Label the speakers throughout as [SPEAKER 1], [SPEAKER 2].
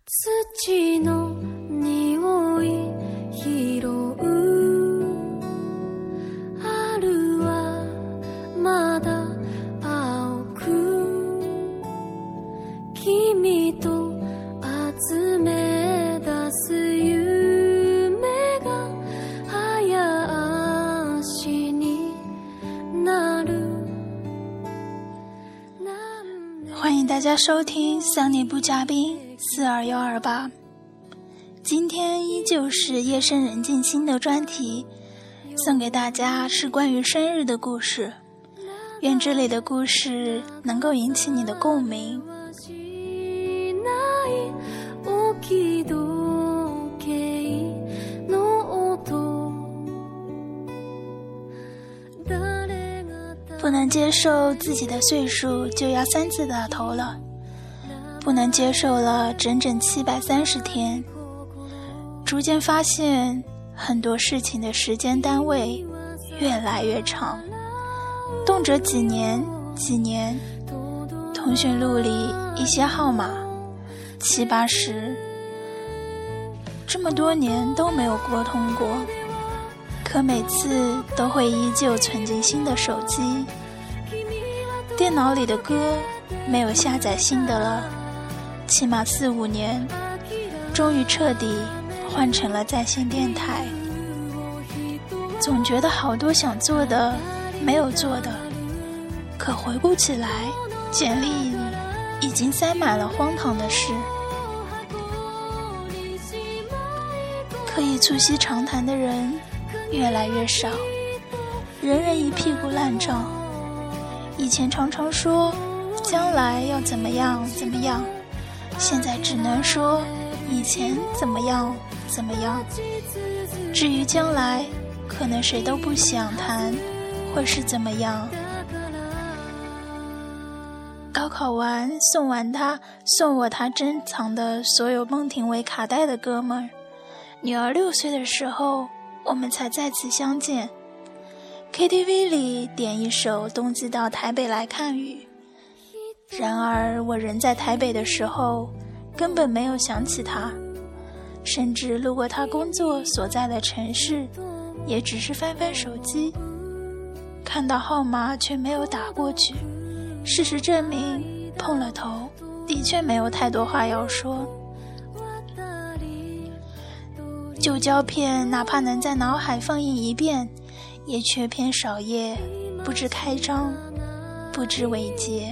[SPEAKER 1] 土の匂い拾う春はまだ青く君と集め出す夢が早足になる。
[SPEAKER 2] 欢迎大家收听桑尼布嘉宾42128，今天依旧是夜深人静心的专题，送给大家是关于生日的故事，愿这里的故事能够引起你的共鸣。不能接受自己的岁数就要3次打头了，不能接受了整整730天，逐渐发现很多事情的时间单位越来越长，动辄几年，通讯录里一些号码7、80，这么多年都没有沟通过，可每次都会依旧存进新的手机，电脑里的歌没有下载新的了，起码4、5年，终于彻底换成了在线电台。总觉得好多想做的没有做的，可回顾起来，简历里已经塞满了荒唐的事。可以促膝长谈的人越来越少，人人一屁股烂账。以前常常说将来要怎么样，现在只能说以前怎么样。至于将来，可能谁都不想谈会是怎么样。高考完送我他珍藏的所有孟庭苇卡带的哥们儿，女儿6岁的时候我们才再次相见。KTV 里点一首冬季到台北来看雨，然而我人在台北的时候根本没有想起他，甚至路过他工作所在的城市，也只是翻翻手机，看到号码却没有打过去。事实证明，碰了头的确没有太多话要说。旧胶片哪怕能在脑海放映一遍，也缺篇少页，不知开张，不知尾结。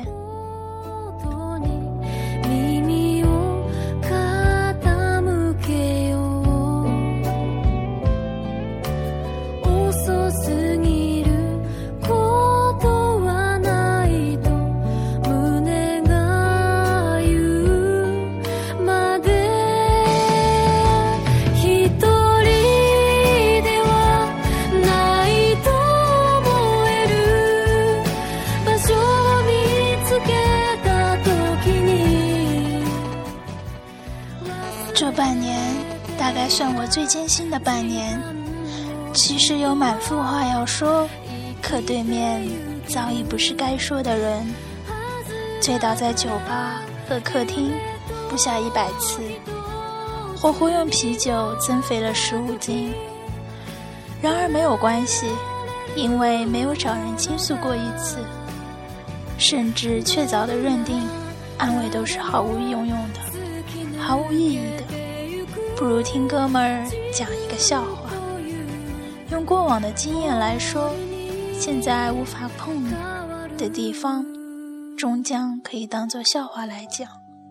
[SPEAKER 2] 这半年大概算我最艰辛的半年，其实有满腹话要说，可对面早已不是该说的人。醉倒在酒吧和客厅不下100次，活活用啤酒增肥了15斤。然而没有关系，因为没有找人倾诉过一次，甚至确凿地认定安慰都是毫无用的，毫无意义的，不如听哥们儿讲一个笑话。用过往的经验来说，现在无法碰的地方，终将可以当作笑话来讲。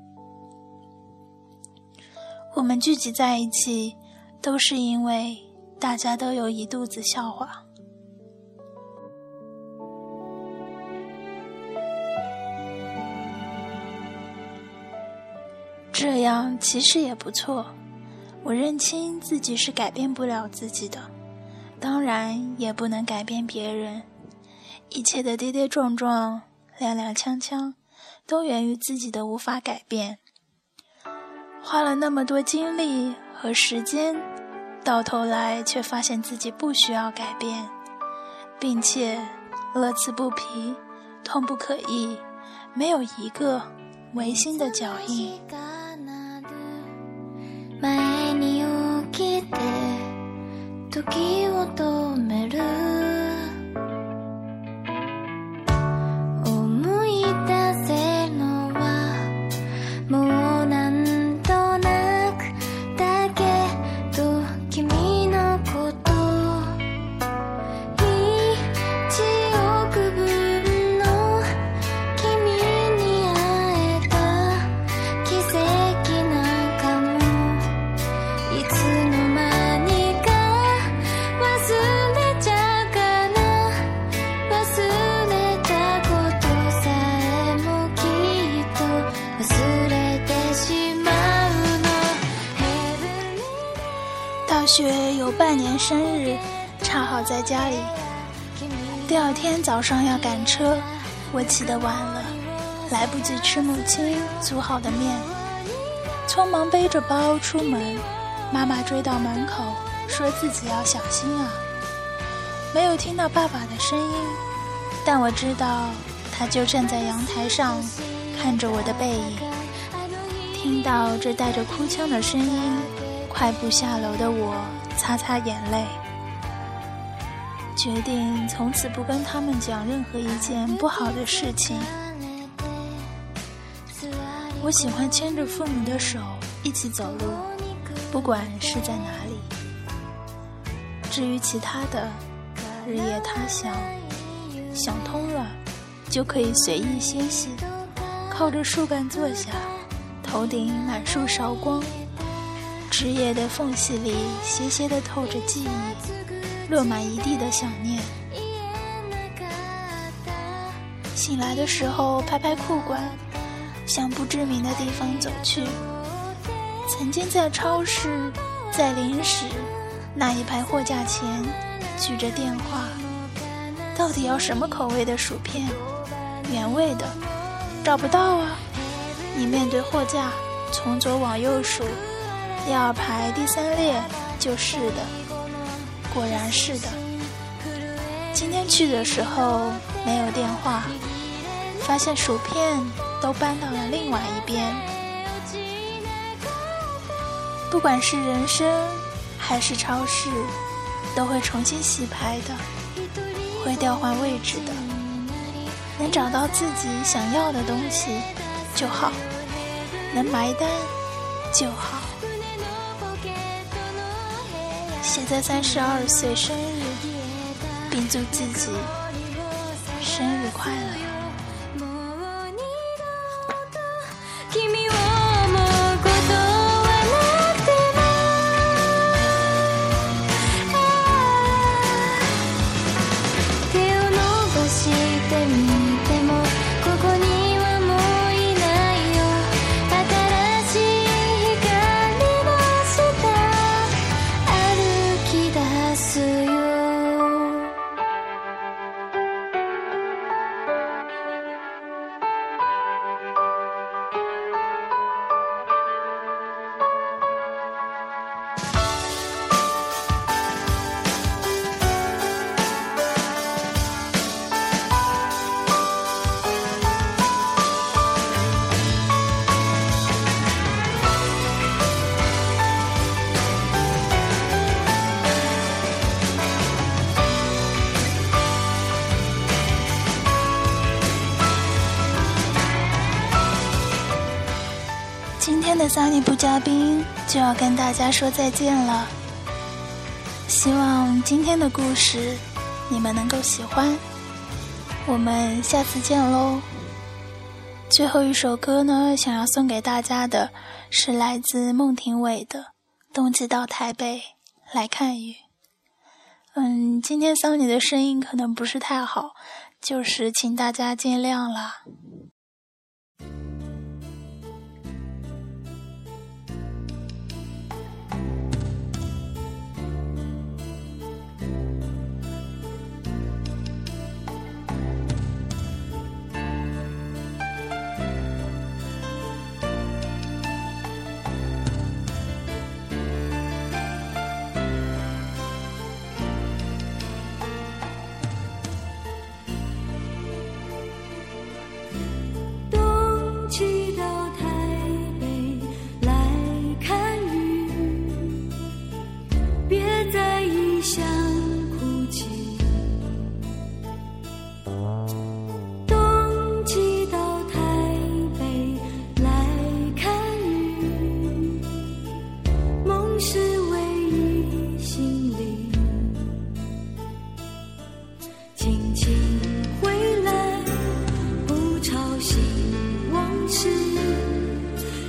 [SPEAKER 2] 我们聚集在一起，都是因为大家都有一肚子笑话。这样其实也不错，我认清自己是改变不了自己的，当然也不能改变别人。一切的跌跌撞撞、踉踉跄跄，都源于自己的无法改变。花了那么多精力和时间，到头来却发现自己不需要改变，并且乐此不疲，痛不可抑，没有一个违心的脚印。
[SPEAKER 1] 前に起きて時を止める思い出せるのはもうなんとなくだけど君のこと1億分の君に会えた奇跡なんかもいつの間にか忘れちゃうかな忘れたことさえもきっと忘れてしまうの
[SPEAKER 2] 大学有半年生日，恰好在家里。第二天早上要赶车，我起得晚了，来不及吃母亲煮好的面，匆忙背着包出门。妈妈追到门口，说自己要小心啊。没有听到爸爸的声音，但我知道他就站在阳台上看着我的背影。听到这带着哭腔的声音，快步下楼的我擦擦眼泪，决定从此不跟他们讲任何一件不好的事情。我喜欢牵着父母的手一起走路，不管是在哪里。至于其他的，日夜他乡，想通了就可以随意歇息，靠着树干坐下，头顶满树韶光，枝叶的缝隙里斜斜地透着记忆，落满一地的想念。醒来的时候拍拍裤管，向不知名的地方走去。曾经在超市，在零食那一排货架前举着电话，到底要什么口味的薯片？原味的？找不到啊。你面对货架，从左往右数，第二排第三列就是的，果然是的。今天去的时候没有电话，发现薯片都搬到了另外一边。不管是人生还是超市，都会重新洗牌的，会调换位置的，能找到自己想要的东西就好，能埋单就好。写在32岁生日，并祝自己生日快乐。今天的萨尼布嘉宾就要跟大家说再见了，希望今天的故事你们能够喜欢，我们下次见喽。最后一首歌呢，想要送给大家的是来自孟庭苇的《冬季到台北来看雨》。今天桑尼的声音可能不是太好，就是请大家见谅啦。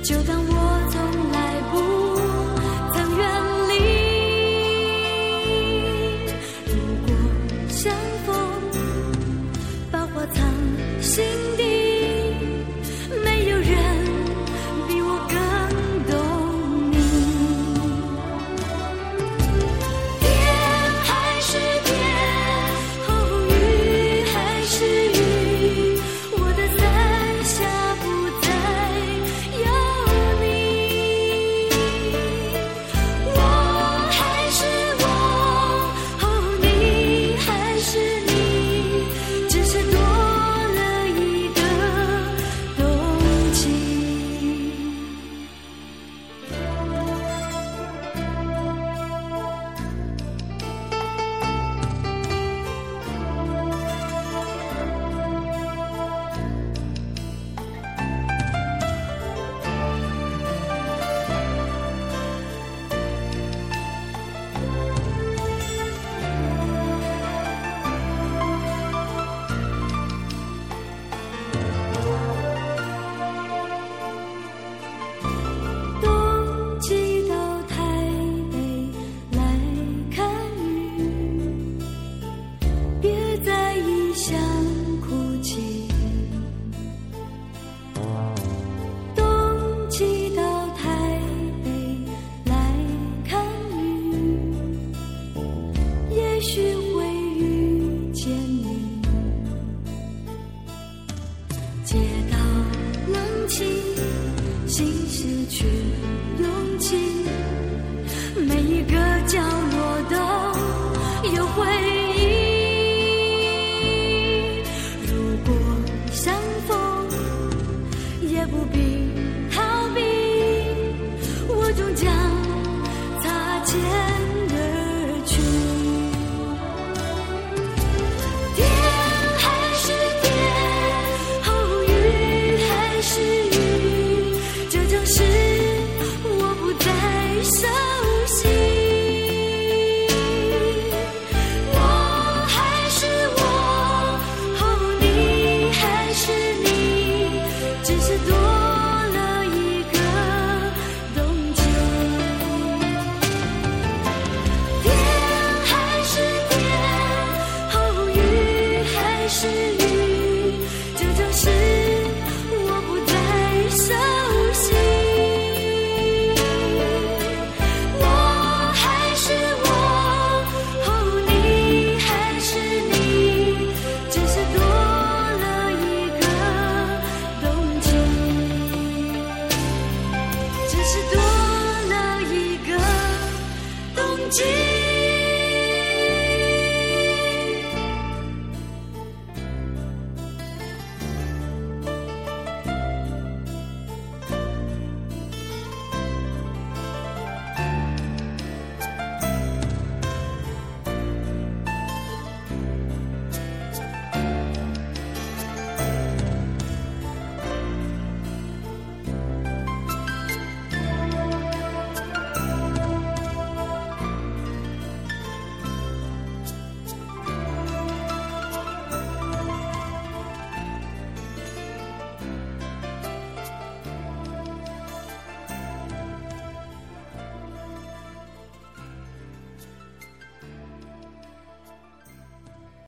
[SPEAKER 1] 就当我从来不曾远离。如果相逢，把话藏心底，没有人比我更懂你。天还是天，哦，雨还是雨，我的伞下不再有你。我还是我，哦，你还是你，只是多了一个动情。冬季到台北来看雨，别在异乡哭泣。冬季到台北来看雨，也许会遇见你。街道冷清，心失去勇气，每一个角落都有回忆。如果相逢，也不必逃避，我终将擦肩而去。天还是天，哦，雨还是雨，这城市我不再熟悉。我还是我，哦，你还是你，只是多了一个动情。天还是天，哦，雨还是雨，这城市我不再熟悉。我还是我，哦，你还是你，只是多了一个动情，只是多了一个动情。